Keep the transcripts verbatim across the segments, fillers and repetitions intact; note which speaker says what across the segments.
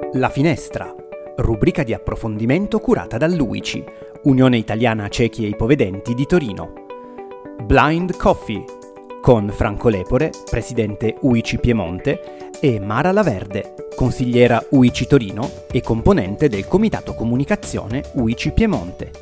Speaker 1: La Finestra, rubrica di approfondimento curata dall'U I C I, Unione Italiana Ciechi e Ipovedenti di Torino. Blind Coffee, con Franco Lepore, presidente U I C I Piemonte, e Mara Laverde, consigliera U I C I Torino e componente del Comitato Comunicazione U I C I Piemonte.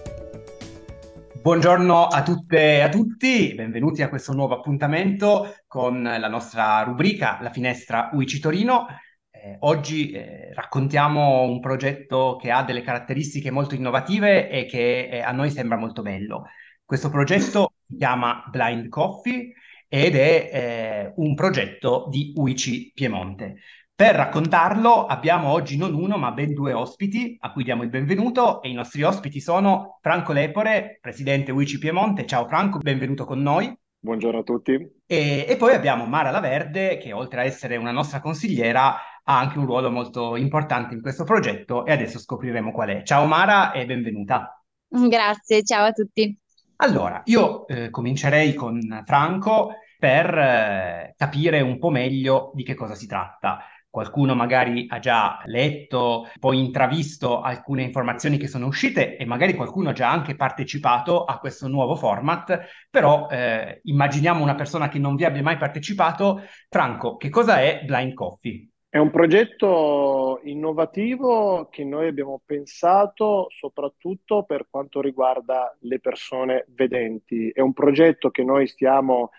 Speaker 2: Buongiorno a tutte e a tutti, benvenuti a questo nuovo appuntamento con la nostra rubrica La Finestra U I C I Torino. Eh, oggi eh, raccontiamo un progetto che ha delle caratteristiche molto innovative e che eh, a noi sembra molto bello. Questo progetto si chiama Blind Coffee ed è eh, un progetto di U I C I Piemonte. Per raccontarlo abbiamo oggi non uno ma ben due ospiti a cui diamo il benvenuto e i nostri ospiti sono Franco Lepore, presidente U I C I Piemonte. Ciao Franco, benvenuto con noi.
Speaker 3: Buongiorno a tutti.
Speaker 2: E, e poi abbiamo Mara Laverde che oltre a essere una nostra consigliera ha anche un ruolo molto importante in questo progetto e adesso scopriremo qual è. Ciao Mara e benvenuta.
Speaker 4: Grazie, ciao a tutti.
Speaker 2: Allora, io eh, comincerei con Franco per eh, capire un po' meglio di che cosa si tratta. Qualcuno magari ha già letto, poi intravisto alcune informazioni che sono uscite e magari qualcuno ha già anche partecipato a questo nuovo format, però eh, immaginiamo una persona che non vi abbia mai partecipato. Franco, che cosa è Blind Coffee?
Speaker 3: È un progetto innovativo che noi abbiamo pensato soprattutto per quanto riguarda le persone vedenti. È un progetto che noi stiamo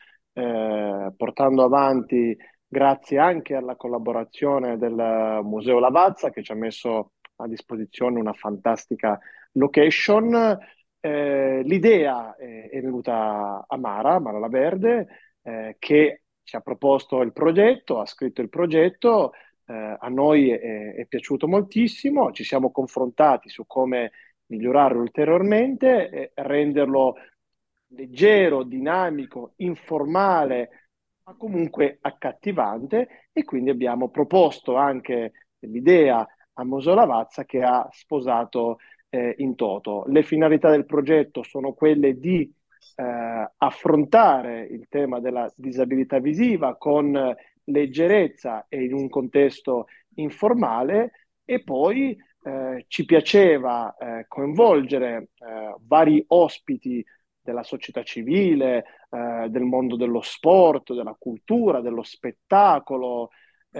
Speaker 3: eh, portando avanti grazie anche alla collaborazione del Museo Lavazza che ci ha messo a disposizione una fantastica location. Eh, l'idea è, è venuta a Mara, Mara Laverde, eh, che ci ha proposto il progetto, ha scritto il progetto, eh, a noi è, è piaciuto moltissimo, ci siamo confrontati su come migliorarlo ulteriormente e renderlo leggero, dinamico, informale, ma comunque accattivante, e quindi abbiamo proposto anche l'idea a Museo Lavazza che ha sposato eh, in toto. Le finalità del progetto sono quelle di eh, affrontare il tema della disabilità visiva con leggerezza e in un contesto informale, e poi eh, ci piaceva eh, coinvolgere eh, vari ospiti della società civile, eh, del mondo dello sport, della cultura, dello spettacolo,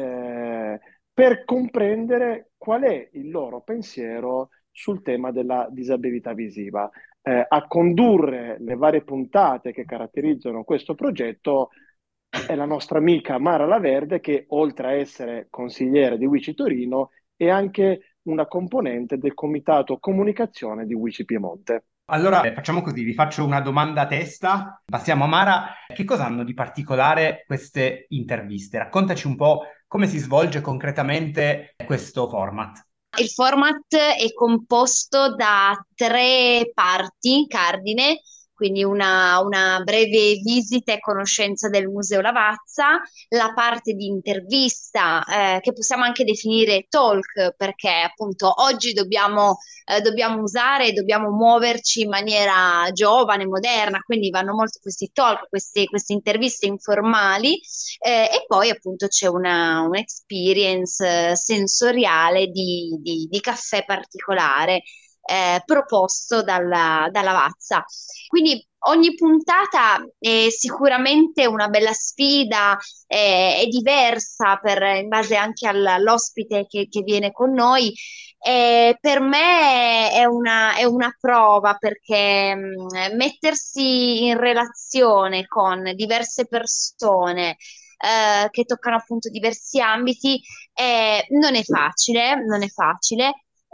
Speaker 3: eh, per comprendere qual è il loro pensiero sul tema della disabilità visiva. Eh, a condurre le varie puntate che caratterizzano questo progetto è la nostra amica Mara Laverde, che oltre a essere consigliere di U I C I Torino è anche una componente del Comitato Comunicazione di U I C I Piemonte.
Speaker 2: Allora eh, facciamo così, vi faccio una domanda a testa, passiamo a Mara. Che cosa hanno di particolare queste interviste? Raccontaci un po' come si svolge concretamente questo format.
Speaker 4: Il format è composto da tre parti cardine, quindi una, una breve visita e conoscenza del Museo Lavazza, la parte di intervista eh, che possiamo anche definire talk, perché appunto oggi dobbiamo, eh, dobbiamo usare, dobbiamo muoverci in maniera giovane, moderna, quindi vanno molto questi talk, queste, queste interviste informali, eh, e poi appunto c'è una, un'experience eh, sensoriale di, di, di caffè particolare eh, proposto dalla, dalla Lavazza. Quindi ogni puntata è sicuramente una bella sfida, eh, è diversa per, in base anche all- all'ospite che, che viene con noi. E per me è una, è una prova perché mh, mettersi in relazione con diverse persone eh, che toccano appunto diversi ambiti eh, non è facile, non è facile.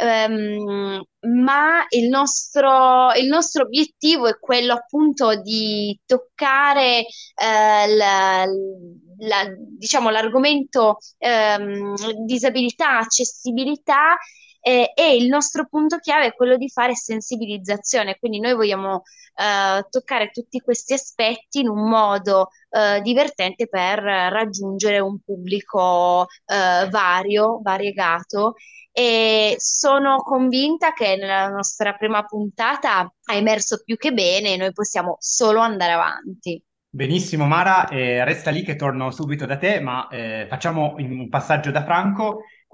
Speaker 4: Ehm, ma il nostro, il nostro obiettivo è quello appunto di toccare eh, la- la- diciamo, l'argomento ehm, disabilità, accessibilità. Eh, e il nostro punto chiave è quello di fare sensibilizzazione, quindi noi vogliamo eh, toccare tutti questi aspetti in un modo eh, divertente per raggiungere un pubblico eh, vario, variegato, e sono convinta che nella nostra prima puntata ha emerso più che bene e noi possiamo solo andare avanti.
Speaker 2: Benissimo Mara, eh, resta lì che torno subito da te, ma eh, facciamo un passaggio da Franco.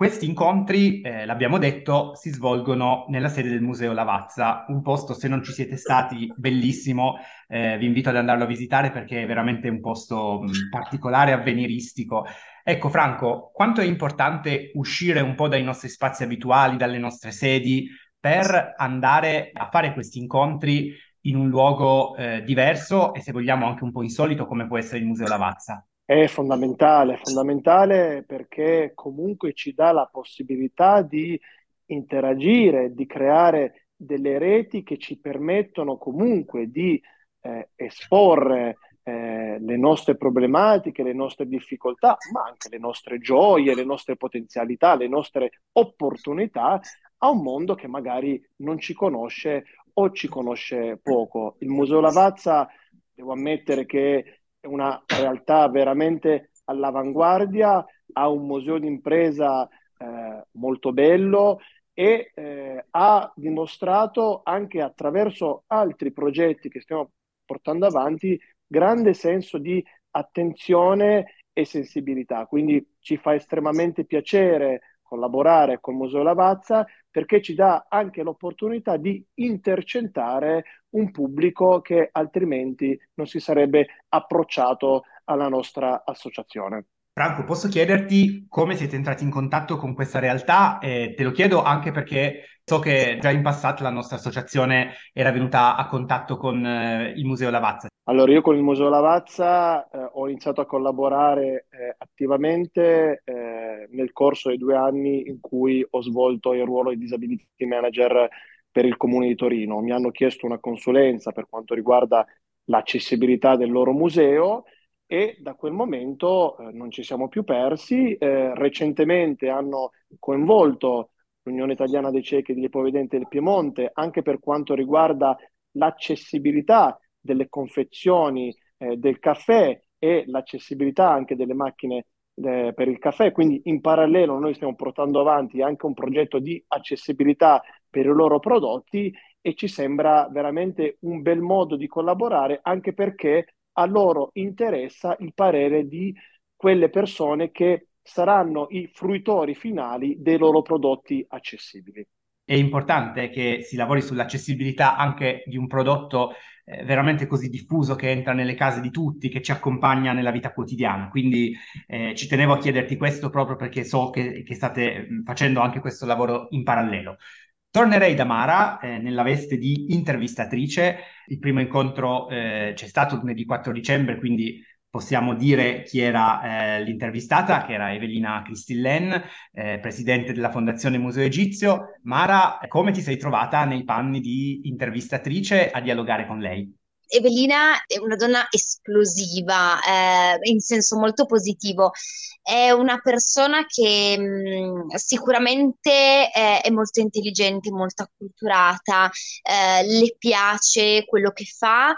Speaker 2: Questi incontri, eh, l'abbiamo detto, si svolgono nella sede del Museo Lavazza, un posto, se non ci siete stati, bellissimo. Eh, vi invito ad andarlo a visitare perché è veramente un posto mh, particolare, avveniristico. Ecco, Franco, quanto è importante uscire un po' dai nostri spazi abituali, dalle nostre sedi, per andare a fare questi incontri in un luogo eh, diverso e, se vogliamo, anche un po' insolito come può essere il Museo Lavazza.
Speaker 3: È fondamentale, è fondamentale perché comunque ci dà la possibilità di interagire, di creare delle reti che ci permettono comunque di eh, esporre eh, le nostre problematiche, le nostre difficoltà, ma anche le nostre gioie, le nostre potenzialità, le nostre opportunità a un mondo che magari non ci conosce o ci conosce poco. Il Museo Lavazza, devo ammettere che è una realtà veramente all'avanguardia, ha un museo d'impresa eh, molto bello e eh, ha dimostrato anche attraverso altri progetti che stiamo portando avanti grande senso di attenzione e sensibilità. Quindi ci fa estremamente piacere collaborare con Museo Lavazza perché ci dà anche l'opportunità di intercettare un pubblico che altrimenti non si sarebbe approcciato alla nostra associazione.
Speaker 2: Franco, posso chiederti come siete entrati in contatto con questa realtà? Eh, te lo chiedo anche perché so che già in passato la nostra associazione era venuta a contatto con eh, il Museo Lavazza.
Speaker 3: Allora, io con il Museo Lavazza eh, ho iniziato a collaborare eh, attivamente eh, nel corso dei due anni in cui ho svolto il ruolo di disability manager per il Comune di Torino. Mi hanno chiesto una consulenza per quanto riguarda l'accessibilità del loro museo e da quel momento eh, non ci siamo più persi. Eh, recentemente hanno coinvolto l'Unione Italiana dei Ciechi e degli Ipovedenti del Piemonte anche per quanto riguarda l'accessibilità delle confezioni eh, del caffè e l'accessibilità anche delle macchine eh, per il caffè. Quindi in parallelo noi stiamo portando avanti anche un progetto di accessibilità per i loro prodotti e ci sembra veramente un bel modo di collaborare anche perché a loro interessa il parere di quelle persone che saranno i fruitori finali dei loro prodotti accessibili.
Speaker 2: È importante che si lavori sull'accessibilità anche di un prodotto eh, veramente così diffuso che entra nelle case di tutti, che ci accompagna nella vita quotidiana. Quindi eh, ci tenevo a chiederti questo proprio perché so che, che state mh, facendo anche questo lavoro in parallelo. Tornerei da Mara eh, nella veste di intervistatrice. Il primo incontro eh, c'è stato lunedì quattro dicembre, quindi possiamo dire chi era eh, l'intervistata, che era Evelina Cristillen, eh, presidente della Fondazione Museo Egizio. Mara, come ti sei trovata nei panni di intervistatrice a dialogare con lei?
Speaker 4: Evelina è una donna esplosiva, eh, in senso molto positivo. È una persona che mh, sicuramente è, è molto intelligente, molto acculturata, eh, le piace quello che fa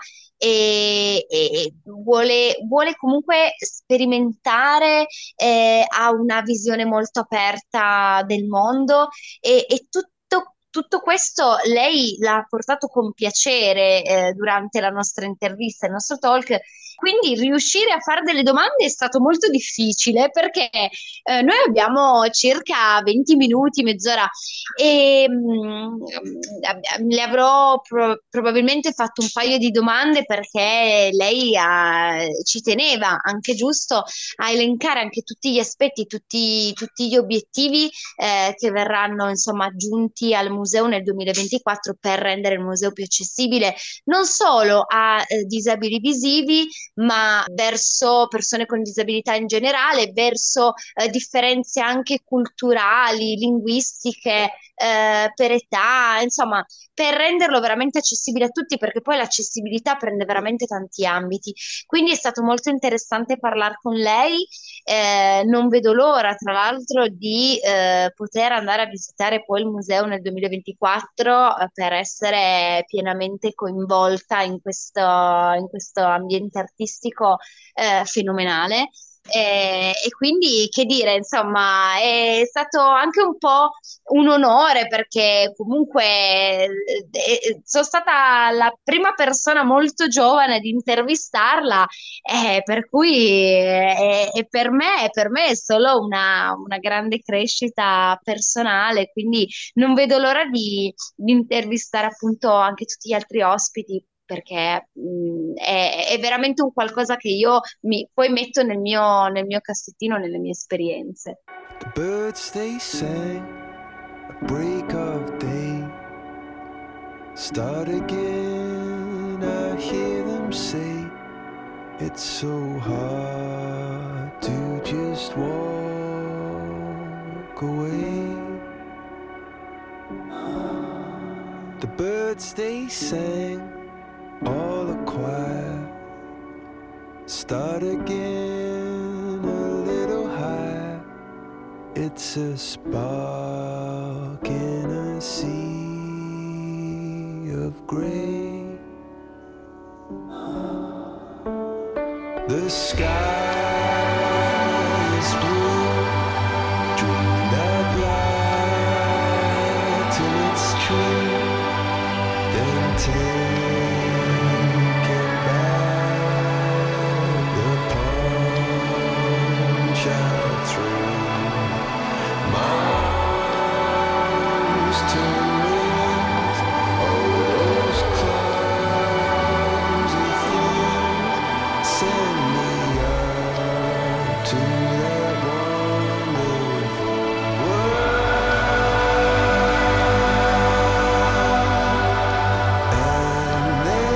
Speaker 4: e, e vuole, vuole comunque sperimentare, eh, ha una visione molto aperta del mondo e, e tutto tutto questo lei l'ha portato con piacere eh, durante la nostra intervista, il nostro talk. Quindi riuscire a fare delle domande è stato molto difficile perché eh, noi abbiamo circa venti minuti, mezz'ora e mh, le avrò pro- probabilmente fatto un paio di domande perché lei ha- ci teneva anche giusto a elencare anche tutti gli aspetti, tutti, tutti gli obiettivi eh, che verranno insomma aggiunti al museo nel duemilaventiquattro per rendere il museo più accessibile non solo a eh, disabili visivi, ma verso persone con disabilità in generale, verso eh, differenze anche culturali, linguistiche, eh, per età, insomma, per renderlo veramente accessibile a tutti, perché poi l'accessibilità prende veramente tanti ambiti. Quindi è stato molto interessante parlare con lei. Eh, non vedo l'ora, tra l'altro, di eh, poter andare a visitare poi il museo nel duemilaventiquattro eh, per essere pienamente coinvolta in questo, in questo ambiente artistico eh, fenomenale. E, e quindi che dire, insomma, è stato anche un po' un onore perché comunque eh, eh, sono stata la prima persona molto giovane ad intervistarla, eh, per cui eh, e per me, per me è solo una, una grande crescita personale, quindi non vedo l'ora di, di intervistare appunto anche tutti gli altri ospiti. Perché mh, è, è veramente un qualcosa che io mi, poi metto nel mio, nel mio cassettino, nelle mie esperienze.
Speaker 5: The birds they sang at break of day. Start again, I hear them say, it's so hard to just walk away. The birds they sang, all a choir. Start again a little higher. It's a spark in a sea of gray. The sky is blue. Dream that light till it's true. Then take it back. The punch out through my arms to wings. All those clumsy things send me up to that wonderful world. And then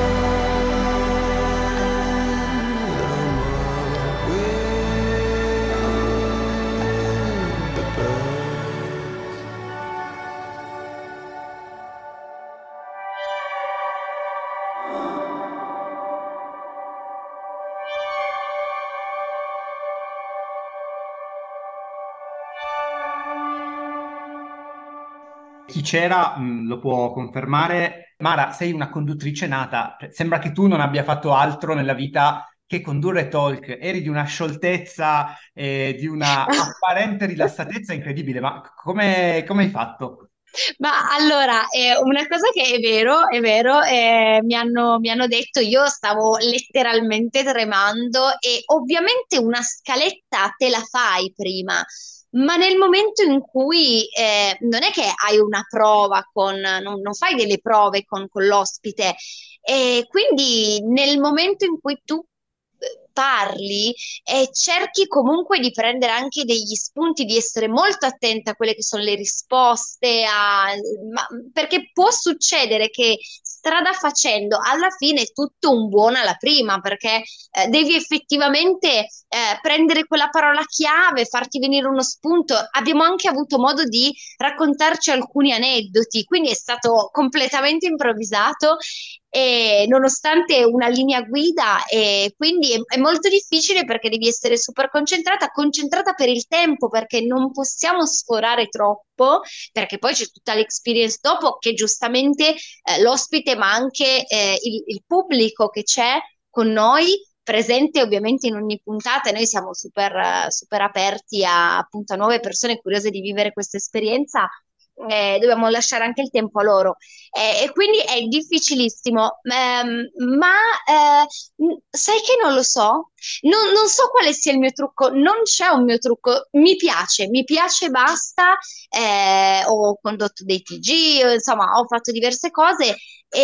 Speaker 5: I'm up with the birds.
Speaker 2: Chi c'era, mh, lo può confermare. Mara, sei una conduttrice nata, cioè, sembra che tu non abbia fatto altro nella vita che condurre talk. Eri di una scioltezza e di una apparente rilassatezza incredibile, ma come, come hai fatto?
Speaker 4: Ma allora, eh, una cosa che è vero, è vero, eh, mi hanno, mi hanno detto, io stavo letteralmente tremando e ovviamente una scaletta te la fai prima, ma nel momento in cui eh, non è che hai una prova con, non, non fai delle prove con, con l'ospite, e quindi nel momento in cui tu eh, parli e cerchi comunque di prendere anche degli spunti, di essere molto attenta a quelle che sono le risposte, a- ma- perché può succedere che strada facendo alla fine è tutto un buono alla prima, perché eh, devi effettivamente eh, prendere quella parola chiave, farti venire uno spunto. Abbiamo anche avuto modo di raccontarci alcuni aneddoti, quindi è stato completamente improvvisato e nonostante una linea guida, e quindi è, è molto difficile perché devi essere super concentrata, concentrata per il tempo perché non possiamo sforare troppo, perché poi c'è tutta l'experience dopo che giustamente eh, l'ospite ma anche eh, il, il pubblico che c'è con noi presente ovviamente in ogni puntata e noi siamo super, eh, super aperti a, appunto, a nuove persone curiose di vivere questa esperienza. Eh, dobbiamo lasciare anche il tempo a loro. Eh, e quindi è difficilissimo. Ehm, ma eh, n- sai che non lo so? Non, non so quale sia il mio trucco, non c'è un mio trucco, mi piace, mi piace, basta. Eh, ho condotto dei T G, ho- insomma, ho fatto diverse cose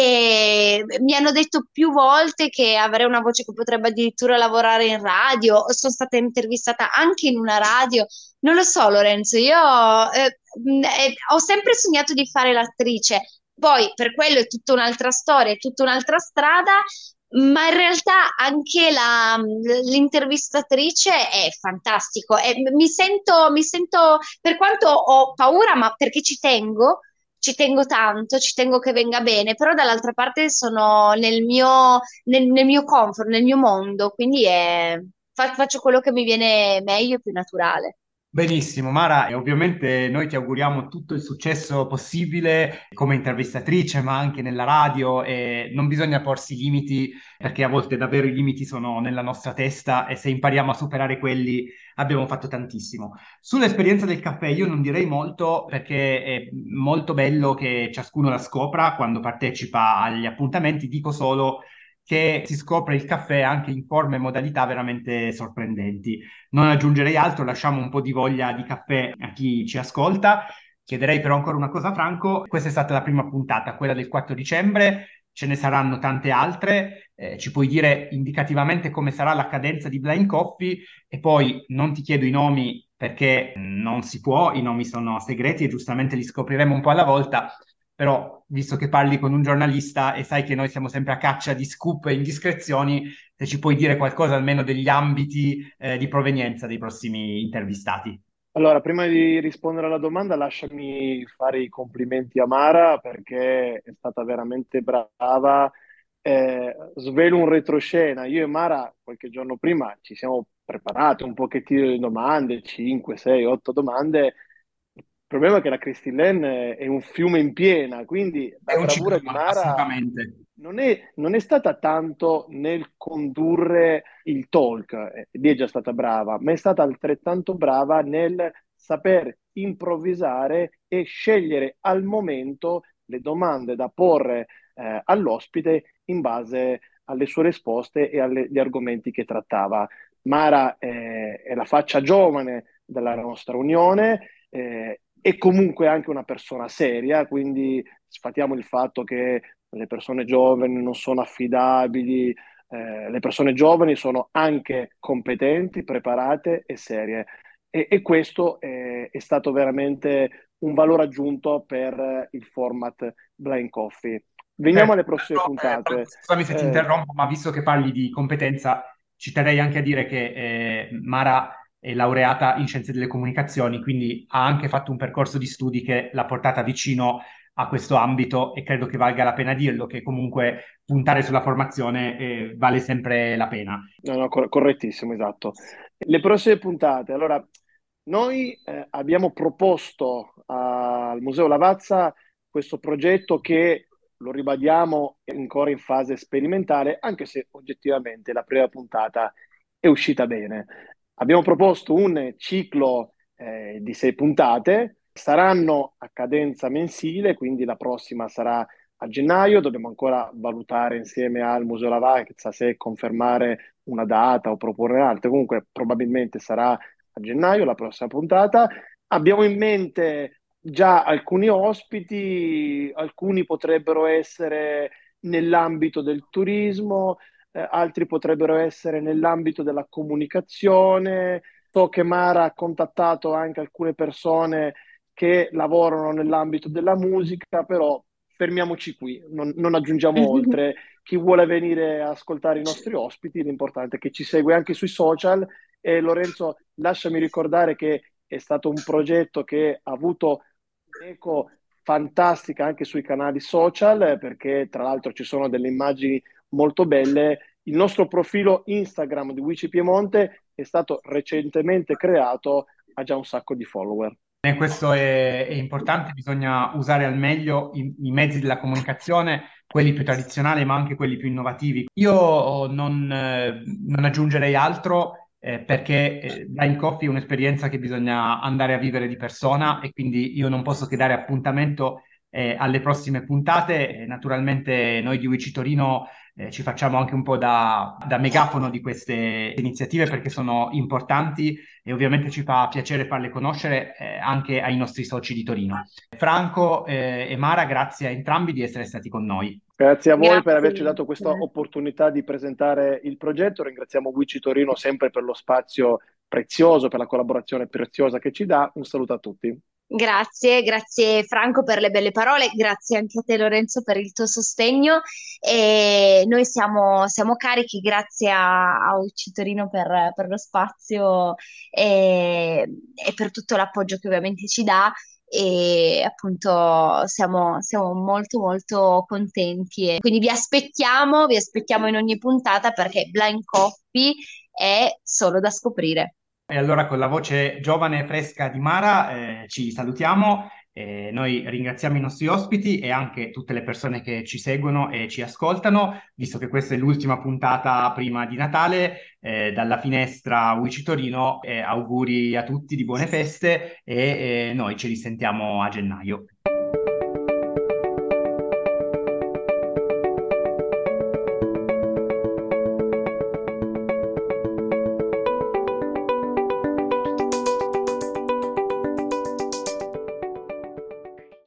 Speaker 4: e mi hanno detto più volte che avrei una voce che potrebbe addirittura lavorare in radio. Sono stata intervistata anche in una radio. Non lo so, Lorenzo, io eh, mh, eh, ho sempre sognato di fare l'attrice, poi per quello è tutta un'altra storia, è tutta un'altra strada, ma in realtà anche la- l'intervistatrice è fantastico. E mi sento, mi sento, per quanto ho paura, ma perché ci tengo, ci tengo tanto, ci tengo che venga bene, però dall'altra parte sono nel mio, nel, nel mio comfort, nel mio mondo, quindi è- fa- faccio quello che mi viene meglio e più naturale.
Speaker 2: Benissimo, Mara, e ovviamente noi ti auguriamo tutto il successo possibile come intervistatrice, ma anche nella radio e non bisogna porsi limiti perché a volte davvero i limiti sono nella nostra testa e se impariamo a superare quelli abbiamo fatto tantissimo. Sull'esperienza del caffè io non direi molto perché è molto bello che ciascuno la scopra quando partecipa agli appuntamenti, dico solo che si scopre il caffè anche in forme e modalità veramente sorprendenti. Non aggiungerei altro, lasciamo un po' di voglia di caffè a chi ci ascolta. Chiederei però ancora una cosa a Franco, questa è stata la prima puntata, quella del quattro dicembre, ce ne saranno tante altre, eh, ci puoi dire indicativamente come sarà la cadenza di Blind Coffee e poi non ti chiedo i nomi perché non si può, i nomi sono segreti e giustamente li scopriremo un po' alla volta, però visto che parli con un giornalista e sai che noi siamo sempre a caccia di scoop e indiscrezioni, se ci puoi dire qualcosa almeno degli ambiti eh, di provenienza dei prossimi intervistati.
Speaker 3: Allora, prima di rispondere alla domanda, lasciami fare i complimenti a Mara perché è stata veramente brava. Eh, svelo un retroscena. Io e Mara qualche giorno prima ci siamo preparati un pochettino di domande, cinque, sei, otto domande. Il problema è che la Crystal è un fiume in piena, quindi
Speaker 2: È
Speaker 3: la
Speaker 2: un
Speaker 3: bravura di
Speaker 2: ciclone,
Speaker 3: Mara
Speaker 2: assolutamente.
Speaker 3: non è, non è stata tanto nel condurre il talk, eh, lì è già stata brava, ma è stata altrettanto brava nel saper improvvisare e scegliere al momento le domande da porre eh, all'ospite in base alle sue risposte e agli argomenti che trattava. Mara eh, è la faccia giovane della nostra unione, eh, è comunque anche una persona seria, quindi sfatiamo il fatto che le persone giovani non sono affidabili, eh, le persone giovani sono anche competenti, preparate e serie. E, e questo è, è stato veramente un valore aggiunto per il format Blind Coffee. Veniamo
Speaker 2: Certo,
Speaker 3: alle prossime
Speaker 2: però, eh, Franco,
Speaker 3: puntate.
Speaker 2: scusami se ti
Speaker 3: Eh,
Speaker 2: interrompo, ma visto che parli di competenza, ci terrei anche a dire che eh, Mara è laureata in scienze delle comunicazioni, quindi ha anche fatto un percorso di studi che l'ha portata vicino a questo ambito e credo che valga la pena dirlo, che comunque puntare sulla formazione eh, vale sempre la pena.
Speaker 3: no, no, cor- correttissimo, esatto. Le prossime puntate. Allora, noi eh, abbiamo proposto al Museo Lavazza questo progetto che, lo ribadiamo, è ancora in fase sperimentale, anche se oggettivamente la prima puntata è uscita bene. Abbiamo proposto un ciclo eh, di sei puntate, saranno a cadenza mensile, quindi la prossima sarà a gennaio, dobbiamo ancora valutare insieme al Museo Lavazza se confermare una data o proporre altre, comunque probabilmente sarà a gennaio la prossima puntata. Abbiamo in mente già alcuni ospiti, alcuni potrebbero essere nell'ambito del turismo, eh, altri potrebbero essere nell'ambito della comunicazione. So che Mara ha contattato anche alcune persone che lavorano nell'ambito della musica, però fermiamoci qui, non, non aggiungiamo oltre. Chi vuole venire a ascoltare i nostri ospiti, l'importante è che ci segue anche sui social. E Lorenzo, lasciami ricordare che è stato un progetto che ha avuto un'eco fantastica anche sui canali social, perché tra l'altro ci sono delle immagini molto belle. Il nostro profilo Instagram di Wici Piemonte è stato recentemente creato, ha già un sacco di follower.
Speaker 2: E questo è, è importante, bisogna usare al meglio i, i mezzi della comunicazione, quelli più tradizionali, ma anche quelli più innovativi. Io non, eh, non aggiungerei altro eh, perché eh, Blind Coffee è un'esperienza che bisogna andare a vivere di persona e quindi io non posso che dare appuntamento eh, alle prossime puntate. E naturalmente noi di U I C Torino eh, ci facciamo anche un po' da, da megafono di queste iniziative perché sono importanti e ovviamente ci fa piacere farle conoscere eh, anche ai nostri soci di Torino. Franco eh, e Mara, grazie a entrambi di essere stati con noi.
Speaker 3: Grazie a voi per averci
Speaker 4: Grazie.
Speaker 3: dato questa opportunità di presentare il progetto. Ringraziamo Wici Torino sempre per lo spazio prezioso, per la collaborazione preziosa che ci dà. Un saluto a tutti.
Speaker 4: Grazie, grazie Franco per le belle parole, grazie anche a te Lorenzo per il tuo sostegno e noi siamo, siamo carichi, grazie a, a U C Torino per, per lo spazio e, e per tutto l'appoggio che ovviamente ci dà e appunto siamo, siamo molto molto contenti e quindi vi aspettiamo, vi aspettiamo in ogni puntata perché Blind Coffee è solo da scoprire.
Speaker 2: E allora con la voce giovane e fresca di Mara eh, ci salutiamo. Eh, noi ringraziamo i nostri ospiti e anche tutte le persone che ci seguono e ci ascoltano, visto che questa è l'ultima puntata prima di Natale, eh, dalla finestra U I C I Torino, eh, auguri a tutti di buone feste e eh, noi ci risentiamo a gennaio.